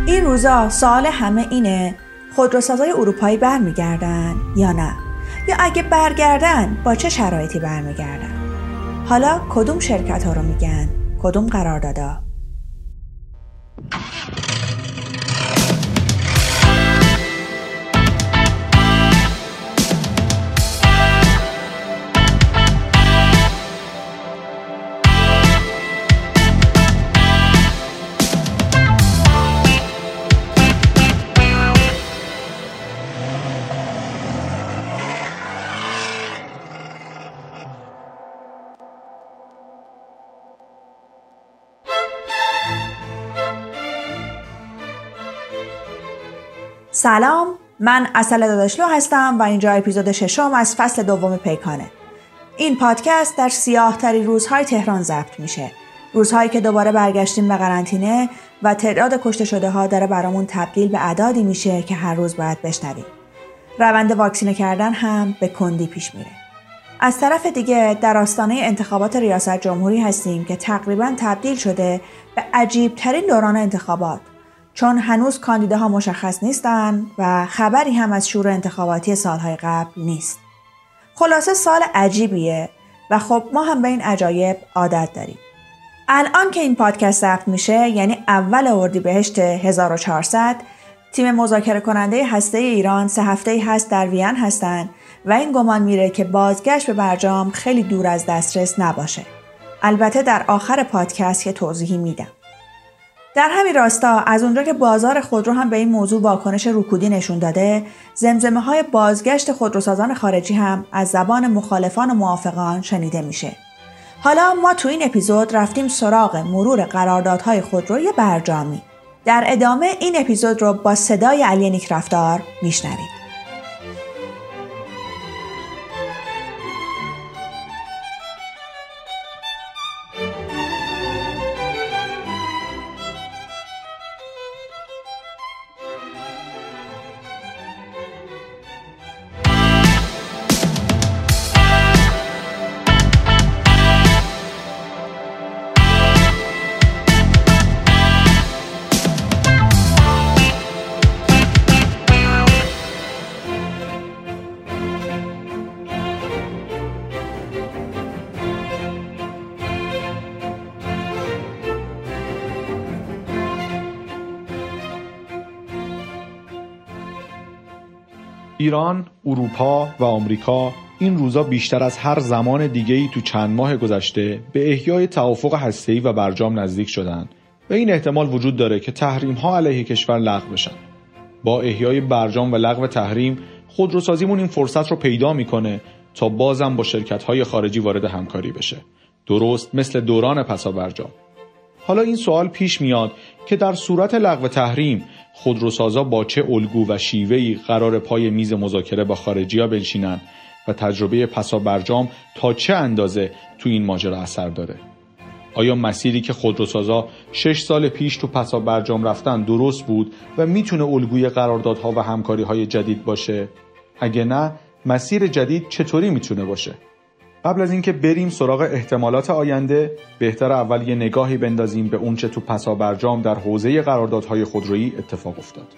این روزا سوال همه اینه خودروسازای اروپایی برمیگردن یا نه؟ یا اگه برگردن با چه شرایطی برمیگردن؟ حالا کدوم شرکت ها رو میگن؟ کدوم قراردادا؟ سلام، من عسل داداشلو هستم و اینجا اپیزود 6 از فصل دوم پیکانه. این پادکست در سیاه‌ترین روزهای تهران ضبط میشه. روزهایی که دوباره برگشتیم به قرنطینه و تعداد کشته شده ها داره برامون تبدیل به اعدادی میشه که هر روز باید بشنویم. روند واکسینه کردن هم به کندی پیش میره. از طرف دیگه در آستانه انتخابات ریاست جمهوری هستیم که تقریباً تبدیل شده به عجیب‌ترین دوران انتخابات. چون هنوز کاندیداها مشخص نیستن و خبری هم از شور انتخاباتی سالهای قبل نیست. خلاصه سال عجیبیه و خب ما هم به این عجایب عادت داریم. الان که این پادکست ضبط میشه یعنی اول اردیبهشت 1400 تیم مذاکره کننده هسته ایران 3 هفته‌ای هست در وین هستن و این گمان میره که بازگشت به برجام خیلی دور از دسترس نباشه. البته در آخر پادکست یه توضیحی میدم. در همین راستا از اونجا که بازار خودرو هم به این موضوع واکنش رکودی نشون داده، زمزمه‌های بازگشت خودروسازان خارجی هم از زبان مخالفان و موافقان شنیده میشه. حالا ما تو این اپیزود رفتیم سراغ مرور قراردادهای خودروی برجامی. در ادامه این اپیزود رو با صدای علی نیکرفتار میشنوید. ایران، اروپا و آمریکا این روزا بیشتر از هر زمان دیگه‌ای تو چند ماه گذشته به احیای توافق هسته‌ای و برجام نزدیک شدن و این احتمال وجود داره که تحریم‌ها علیه کشور لغو بشن. با احیای برجام و لغو تحریم، خودروسازیمون این فرصت رو پیدا میکنه تا بازم با شرکت‌های خارجی وارد همکاری بشه. درست مثل دوران پسا برجام. حالا این سوال پیش میاد که در صورت لغو تحریم خودروسازا با چه الگو و شیوهی قرار پای میز مذاکره با خارجی‌ها بنشینن و تجربه پسا برجام تا چه اندازه تو این ماجرا اثر داره؟ آیا مسیری که خودروسازا 6 سال پیش تو پسا برجام رفتن درست بود و میتونه الگوی قراردادها و همکاری‌های جدید باشه؟ اگه نه، مسیر جدید چطوری میتونه باشه؟ قبل از اینکه بریم سراغ احتمالات آینده، بهتر اول یه نگاهی بندازیم به اونچه تو پسا برجام در حوزه قراردادهای خودرویی اتفاق افتاد.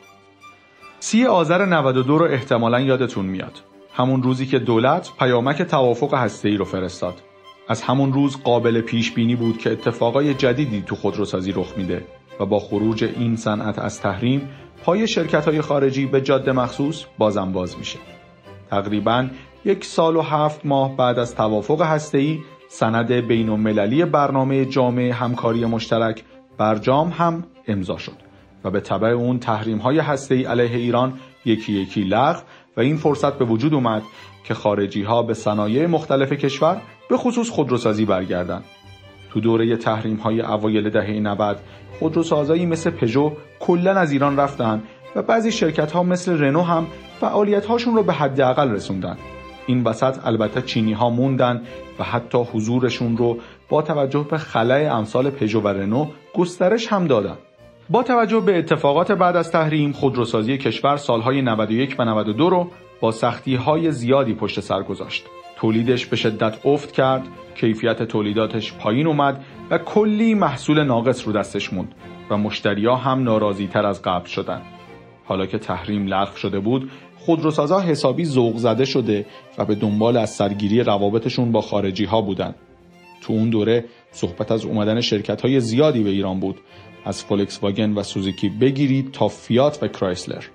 30 آذر 92 رو احتمالاً یادتون میاد. همون روزی که دولت پیامک توافق هسته‌ای رو فرستاد. از همون روز قابل پیش بینی بود که اتفاقای جدیدی تو خودروسازی رخ میده و با خروج این صنعت از تحریم، پای شرکت‌های خارجی به جاده مخصوص بازم باز میشه. تقریباً 1 سال و 7 ماه بعد از توافق هسته‌ای، سند بین‌المللی برنامه جامع همکاری مشترک برجام هم امضا شد و به تبع اون تحریم‌های هسته‌ای علیه ایران یکی یکی لغو و این فرصت به وجود اومد که خارجی‌ها به صنایع مختلف کشور به خصوص خودروسازی برگردن. تو دوره تحریم‌های اوایل دهه 90 خودروسازایی مثل پژو کلاً از ایران رفتن و بعضی شرکت‌ها مثل رنو هم فعالیت‌هاشون رو به حداقل رسوندن. این وسط البته چینی‌ها موندن و حتی حضورشون رو با توجه به خلأ امثال پژو و رنو گسترش هم دادن. با توجه به اتفاقات بعد از تحریم، خودروسازی کشور سالهای 91 و 92 رو با سختی‌های زیادی پشت سر گذاشت. تولیدش به شدت افت کرد، کیفیت تولیداتش پایین اومد و کلی محصول ناقص رو دستش موند و مشتری‌ها هم ناراضی‌تر از قبل شدن. حالا که تحریم لغو شده بود، خودروسازا حسابی ذوق زده شده و به دنبال از سرگیری روابطشون با خارجی‌ها بودن. تو اون دوره صحبت از اومدن شرکت‌های زیادی به ایران بود، از فولکس واگن و سوزوکی بگیرید تا فیات و کرایسلر.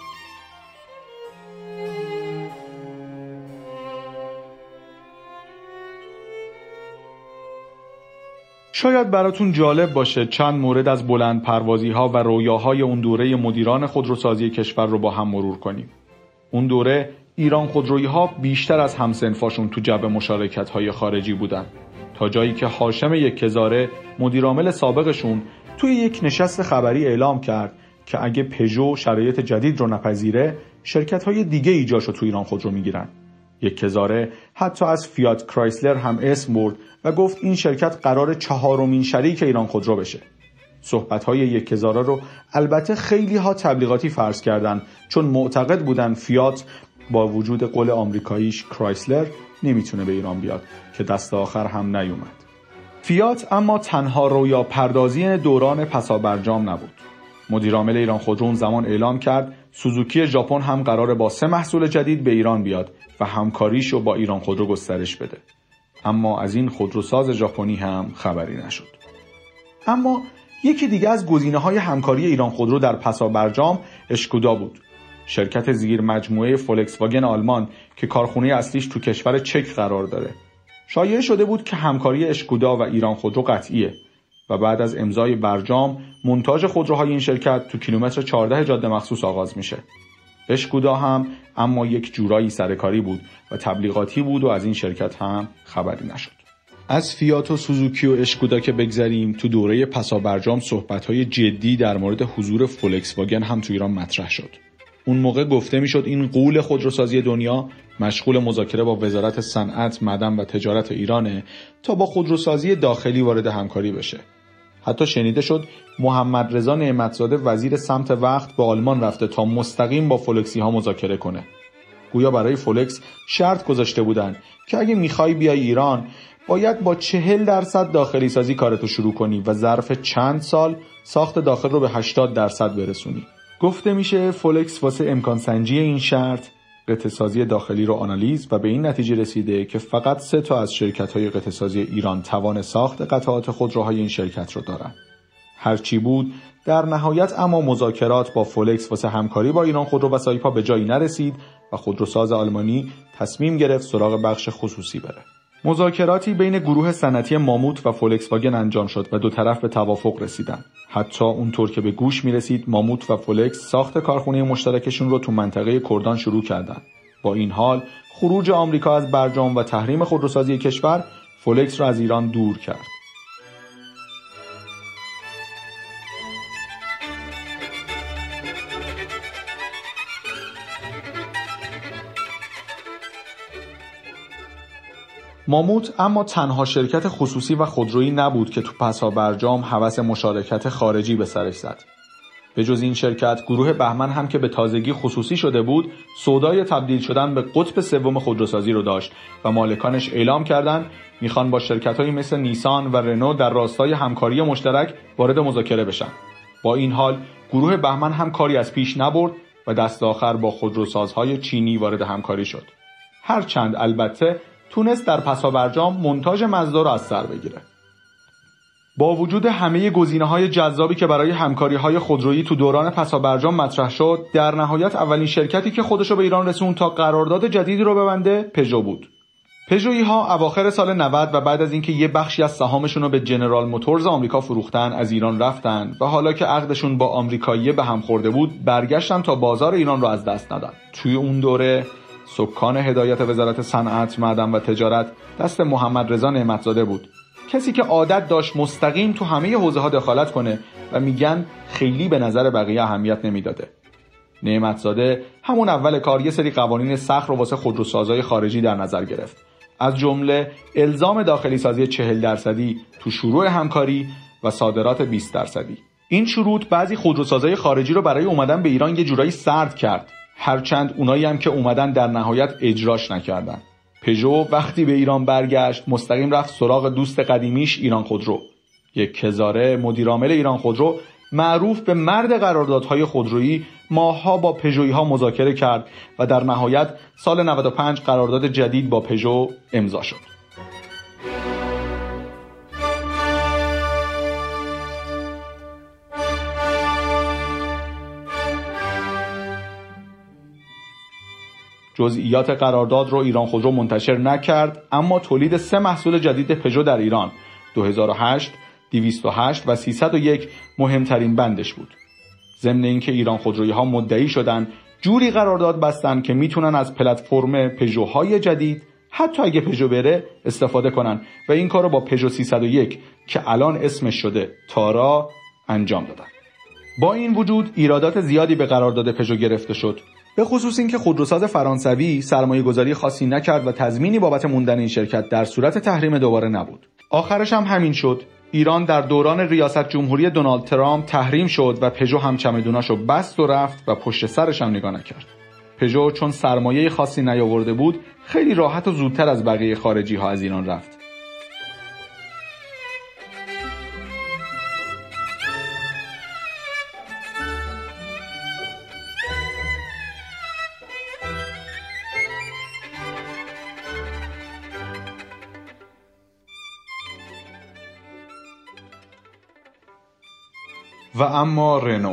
شاید براتون جالب باشه چند مورد از بلند پروازی‌ها و رویاهای اون دوره مدیران خودروسازی کشور رو با هم مرور کنیم. اون دوره ایران خودرویی‌ها بیشتر از همسنفاشون تو جبهه مشارکت‌های خارجی بودن، تا جایی که هاشم یکهزاره مدیرعامل سابقشون توی یک نشست خبری اعلام کرد که اگه پژو شرایط جدید رو نپذیره، شرکت‌های دیگه ایجاشو تو ایران خودرو میگیرن. یکهزاره حتی از فیات کرایسلر هم اسم برد و گفت این شرکت قرار 4مین شریک ایران خودرو بشه. صحبت‌های یکهزاره رو البته خیلی ها تبلیغاتی فرض کردن، چون معتقد بودن فیات با وجود قول آمریکاییش کرایسلر نمیتونه به ایران بیاد که دست آخر هم نیومد. فیات اما تنها رویا پردازی دوران پسابرجام نبود. مدیرعامل ایران خودرو اون زمان اعلام کرد سوزوکی ژاپن هم قراره با 3 محصول جدید به ایران بیاد و همکاریشو با ایران خودرو گسترش بده. اما از این خودروساز ژاپنی هم خبری نشد. اما یکی دیگه از گزینه‌های همکاری ایران خودرو در پسابرجام اشکودا بود. شرکت زیر مجموعه فولکس واگن آلمان که کارخونه اصلیش تو کشور چک قرار داره. شایعه شده بود که همکاری اشکودا و ایران خودرو قطعیه و بعد از امضای برجام مونتاژ خودروهای این شرکت تو کیلومتر 14 جاده مخصوص آغاز میشه. اشکودا هم اما یک جورایی سرکاری بود و تبلیغاتی بود و از این شرکت هم خبری نشد. از فیات و سوزوکی و اشکودا که بگذریم، تو دوره پسابرجام صحبت‌های جدی در مورد حضور فولکس واگن هم تو ایران مطرح شد. اون موقع گفته میشد این غول خودروسازی دنیا مشغول مذاکره با وزارت صنعت، معدن و تجارت ایرانه تا با خودروسازی داخلی وارد همکاری بشه. حتی شنیده شد محمد رضا نعمتزاده وزیر سمت وقت به آلمان رفته تا مستقیم با فولکسی ها مذاکره کنه. گویا برای فولکس شرط گذاشته بودن که اگه میخوای بیای ایران باید با 40% داخلی سازی کارتو شروع کنی و ظرف چند سال ساخت داخل رو به 80% برسونی. گفته میشه فولکس واسه امکان سنجی این شرط قطعه سازی داخلی رو آنالیز و به این نتیجه رسیده که فقط 3 تا از شرکت‌های قطعه سازی ایران توان ساخت قطعات خودروهای این شرکت رو دارن. هرچی بود در نهایت اما مذاکرات با فولکس واسه همکاری با ایران خودرو و سایپا به جایی نرسید و خودروساز آلمانی تصمیم گرفت سراغ بخش خصوصی بره. مذاکراتی بین گروه صنعتی ماموت و فولکس واگن انجام شد و دو طرف به توافق رسیدن. حتی اونطور که به گوش میرسید ماموت و فولکس ساخت کارخونه مشترکشون رو تو منطقه کردان شروع کردن. با این حال خروج آمریکا از برجام و تحریم خودروسازی کشور فولکس رو از ایران دور کرد. ماموت اما تنها شرکت خصوصی و خودرویی نبود که تو پسابرجام هوس مشارکت خارجی به سرش زد. به جز این شرکت گروه بهمن هم که به تازگی خصوصی شده بود سودای تبدیل شدن به قطب سوم خودروسازی رو داشت و مالکانش اعلام کردند میخوان با شرکت‌هایی مثل نیسان و رنو در راستای همکاری مشترک وارد مذاکره بشن. با این حال گروه بهمن هم کاری از پیش نبرد و دست آخر با خودروسازهای چینی وارد همکاری شد. هرچند البته تونست در پسابرجام مونتاژ مزدا را از سر بگیره. با وجود همه گزینه‌های جذابی که برای همکاری‌های خودرویی تو دوران پسابرجام مطرح شد، در نهایت اولین شرکتی که خودشو به ایران رسوند تا قرارداد جدیدی رو ببنده پژو بود. پژویی‌ها اواخر سال 90 و بعد از اینکه یه بخشی از سهامشون رو به جنرال موتورز آمریکا فروختن از ایران رفتن و حالا که عقدشون با آمریکایی‌ها به هم خورده بود برگشتن تا بازار ایران رو از دست ندن. توی اون دوره سکان هدایت وزارت صنعت، معدن و تجارت دست محمد رضا نعمتزاده بود، کسی که عادت داشت مستقیم تو همه حوزه‌ها دخالت کنه و میگن خیلی به نظر بقیه اهمیت نمیداده. نعمتزاده همون اول کار یه سری قوانین سخت رو واسه خودروسازهای خارجی در نظر گرفت، از جمله الزام داخلی سازی 40% تو شروع همکاری و صادرات 20%. این شروط بعضی خودروسازهای خارجی رو برای اومدن به ایران یه جورایی سرد کرد، هرچند اونایی هم که اومدن در نهایت اجراش نکردن. پژو وقتی به ایران برگشت مستقیم رفت سراغ دوست قدیمیش ایران خودرو. یک کزاره مدیرعامل ایران خودرو معروف به مرد قراردادهای خودرویی ماهها با پژویی‌ها مذاکره کرد و در نهایت سال 95 قرارداد جدید با پژو امضا شد. جزئیات قرارداد رو ایران خودرو منتشر نکرد، اما تولید 3 محصول جدید پژو در ایران 2008 208 و 301 مهمترین بندش بود. ضمن اینکه ایران خودرویی‌ها مدعی شدن جوری قرارداد بستن که میتونن از پلتفرم پژوهای جدید حتی اگه پژو بره استفاده کنن و این کارو با پژو 301 که الان اسمش شده تارا انجام دادن. با این وجود ایرادات زیادی به قرارداد پژو گرفته شد، به خصوص اینکه خودروساز فرانسوی سرمایه‌گذاری خاصی نکرد و تضمینی بابت موندن این شرکت در صورت تحریم دوباره نبود. آخرش هم همین شد. ایران در دوران ریاست جمهوری دونالد ترامپ تحریم شد و پژو هم چمدوناشو بست و رفت و پشت سرش هم نگاه نکرد. پژو چون سرمایه خاصی نیاورده بود، خیلی راحت و زودتر از بقیه خارجی‌ها از ایران رفت. و اما رنو.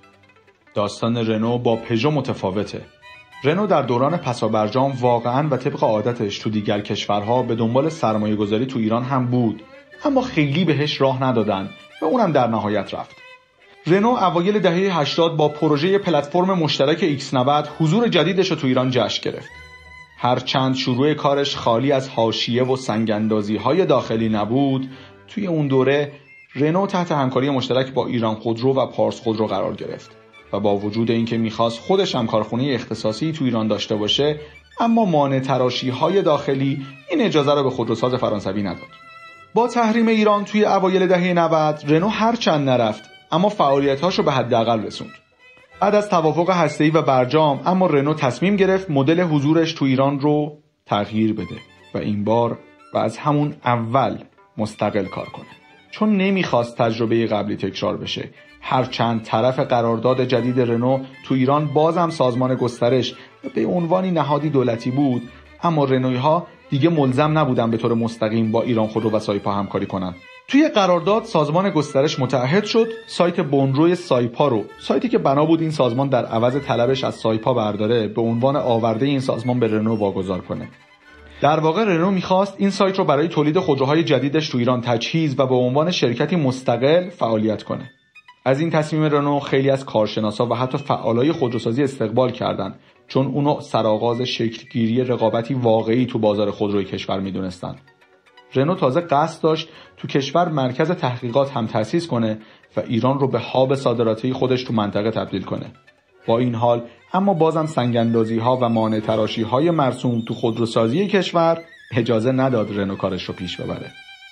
داستان رنو با پژو متفاوته. رنو در دوران پسابرجام واقعاً و طبق عادتش تو دیگر کشورها به دنبال سرمایه گذاری تو ایران هم بود، اما خیلی بهش راه ندادن و اونم در نهایت رفت. رنو اوایل دهه 80 با پروژه پلتفرم مشترک X90 حضور جدیدش رو تو ایران جشن گرفت. هرچند شروع کارش خالی از حاشیه و سنگ‌اندازی‌های داخلی نبود، توی اون دوره رنو تحت همکاری مشترک با ایران خودرو و پارس خودرو قرار گرفت و با وجود اینکه می‌خواست خودش هم کارخونه اختصاصی تو ایران داشته باشه، اما مانع تراشی‌های داخلی این اجازه را به خودروساز فرانسوی نداد. با تحریم ایران توی اوایل دهه 90 رنو هرچند نرفت، اما فعالیت‌هاشو به حداقل رسوند. بعد از توافق هسته‌ای و برجام، اما رنو تصمیم گرفت مدل حضورش تو ایران رو تغییر بده و این بار و از همون اول مستقل کار کنه، چون نمیخواست تجربه قبلی تکرار بشه. هرچند طرف قرارداد جدید رنو تو ایران بازم سازمان گسترش و به عنوانی نهادی دولتی بود، اما رنوی‌ها دیگه ملزم نبودن به طور مستقیم با ایران خودرو و سایپا همکاری کنن. توی قرارداد سازمان گسترش متعهد شد سایت بونروی سایپا رو، سایتی که بنا بود این سازمان در عوض طلبش از سایپا برداره، به عنوان آورده این سازمان به رنو واگذار کنه. در واقع رنو میخواست این سایت رو برای تولید خودروهای جدیدش تو ایران تجهیز و به عنوان شرکتی مستقل فعالیت کنه. از این تصمیم رنو خیلی از کارشناسا و حتی فعالای خودروسازی استقبال کردند، چون اونو سرآغاز شکلگیری رقابتی واقعی تو بازار خودروی کشور میدونستن. رنو تازه قصد داشت تو کشور مرکز تحقیقات هم تأسیس کنه و ایران رو به هاب صادراتی خودش تو منطقه تبدیل کنه. با این حال اما بازم سنگ‌اندازی‌ها و مانع تراشی‌های مرسوم تو خودروسازی کشور اجازه نداد رنو کارش رو پیش ببره.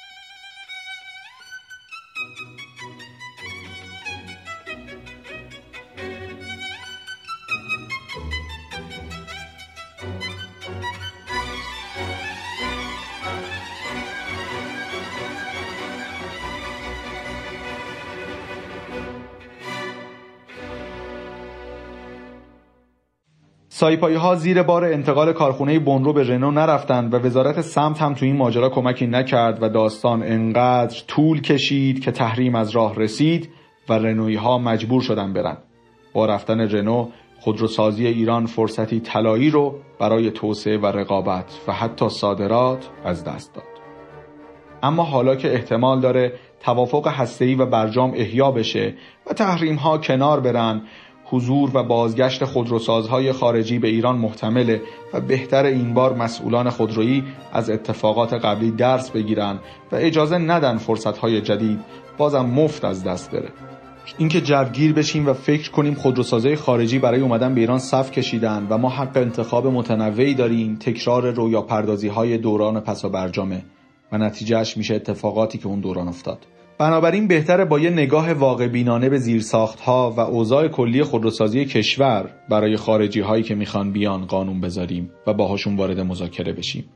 سایپایی‌ها زیر بار انتقال کارخونه بونرو به رنو نرفتن و وزارت سمت هم تو این ماجرا کمکی نکرد و داستان انقدر طول کشید که تحریم از راه رسید و رنوی‌ها مجبور شدن برن. با رفتن رنو، خودروسازی ایران فرصتی طلایی رو برای توسعه و رقابت و حتی صادرات از دست داد. اما حالا که احتمال داره توافق هسته‌ای و برجام احیا بشه و تحریم‌ها کنار برن، حضور و بازگشت خودروسازهای خارجی به ایران محتمله و بهتر این بار مسئولان خودرویی از اتفاقات قبلی درس بگیرن و اجازه ندن فرصتهای جدید بازم مفت از دست بره. اینکه جوگیر بشیم و فکر کنیم خودروسازهای خارجی برای اومدن به ایران صف کشیدن و ما حق انتخاب متنوعی داریم، تکرار رویاپردازی‌های دوران پس و برجامه و نتیجهش میشه اتفاقاتی که اون دوران افتاد. بنابراین بهتره با یه نگاه واقع بینانه به زیرساخت‌ها و اوضاع کلی خودروسازی کشور برای خارجی‌هایی که میخوان بیان قانون بذاریم و باهاشون وارد مذاکره بشیم.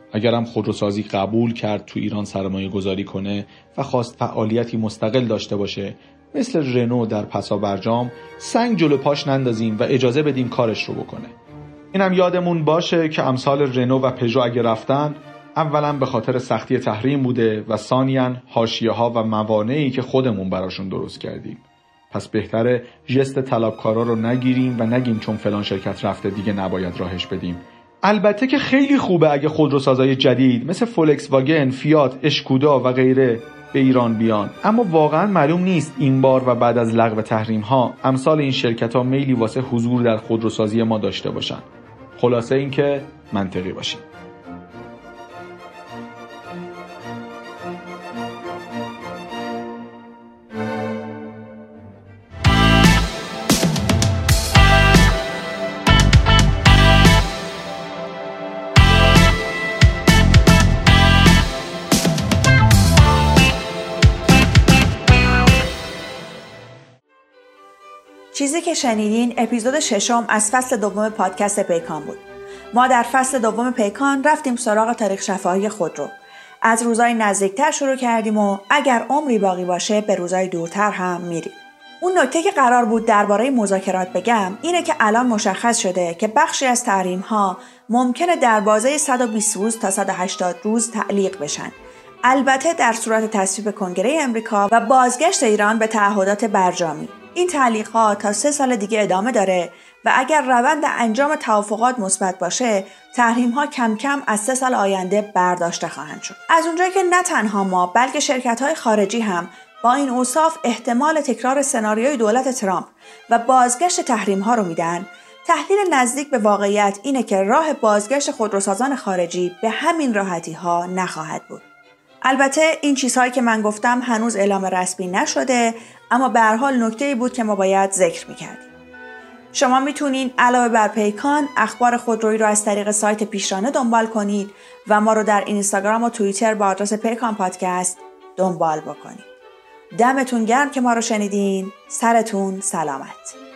اگرم خودروسازی قبول کرد تو ایران سرمایه گذاری کنه و خواست فعالیتی مستقل داشته باشه، مثل رنو در پسا برجام، سنگ جلو پاش نندازیم و اجازه بدیم کارش رو بکنه. اینم یادمون باشه که امثال رنو و پژو اگه رفتن، اولا به خاطر سختی تحریم بوده و ثانیاً حاشیه‌ها و موانعی که خودمون براشون درست کردیم. پس بهتره ژست طلبکارا رو نگیریم و نگیم چون فلان شرکت رفته دیگه نباید راهش بدیم. البته که خیلی خوبه اگه خودروسازای جدید مثل فولکس واگن، فیات، اشکودا و غیره به ایران بیان، اما واقعا معلوم نیست این بار و بعد از لغو تحریم ها امثال این شرکت ها میلی واسه حضور در خودروسازی ما داشته باشن. خلاصه این که منطقی باشیم. چیزی که شنیدین اپیزود 6 از فصل دوم پادکست پیکان بود. ما در فصل دوم پیکان رفتیم سراغ تاریخ شفاهی خودرو. از روزای نزدیکتر شروع کردیم و اگر عمری باقی باشه به روزای دورتر هم میریم. اون نکته که قرار بود درباره مذاکرات بگم اینه که الان مشخص شده که بخشی از تحریم‌ها ممکنه در بازه 120 روز تا 180 روز تعلیق بشن. البته در صورت تصویب کنگره امریکا و بازگشت ایران به تعهدات برجامی. این تعلیق‌ها تا 3 سال دیگه ادامه داره و اگر روند انجام توافقات مثبت باشه، تحریم‌ها کم کم از 3 سال آینده برداشته خواهند شد. از اونجایی که نه تنها ما بلکه شرکت‌های خارجی هم با این اوصاف احتمال تکرار سناریوی دولت ترامپ و بازگشت تحریم‌ها رو میدن، تحلیل نزدیک به واقعیت اینه که راه بازگشت خودروسازان خارجی به همین راحتی‌ها نخواهد بود. البته این چیزهایی که من گفتم هنوز اعلام رسمی نشده، اما به هر حال نکته‌ای بود که ما باید ذکر می‌کردیم. شما میتونین علاوه بر پیکان اخبار خودرویی رو از طریق سایت پیشرانه دنبال کنید و ما رو در اینستاگرام و توییتر با آدرس پیکان پادکست دنبال بکنید. دمتون گرم که ما رو شنیدین. سرتون سلامت.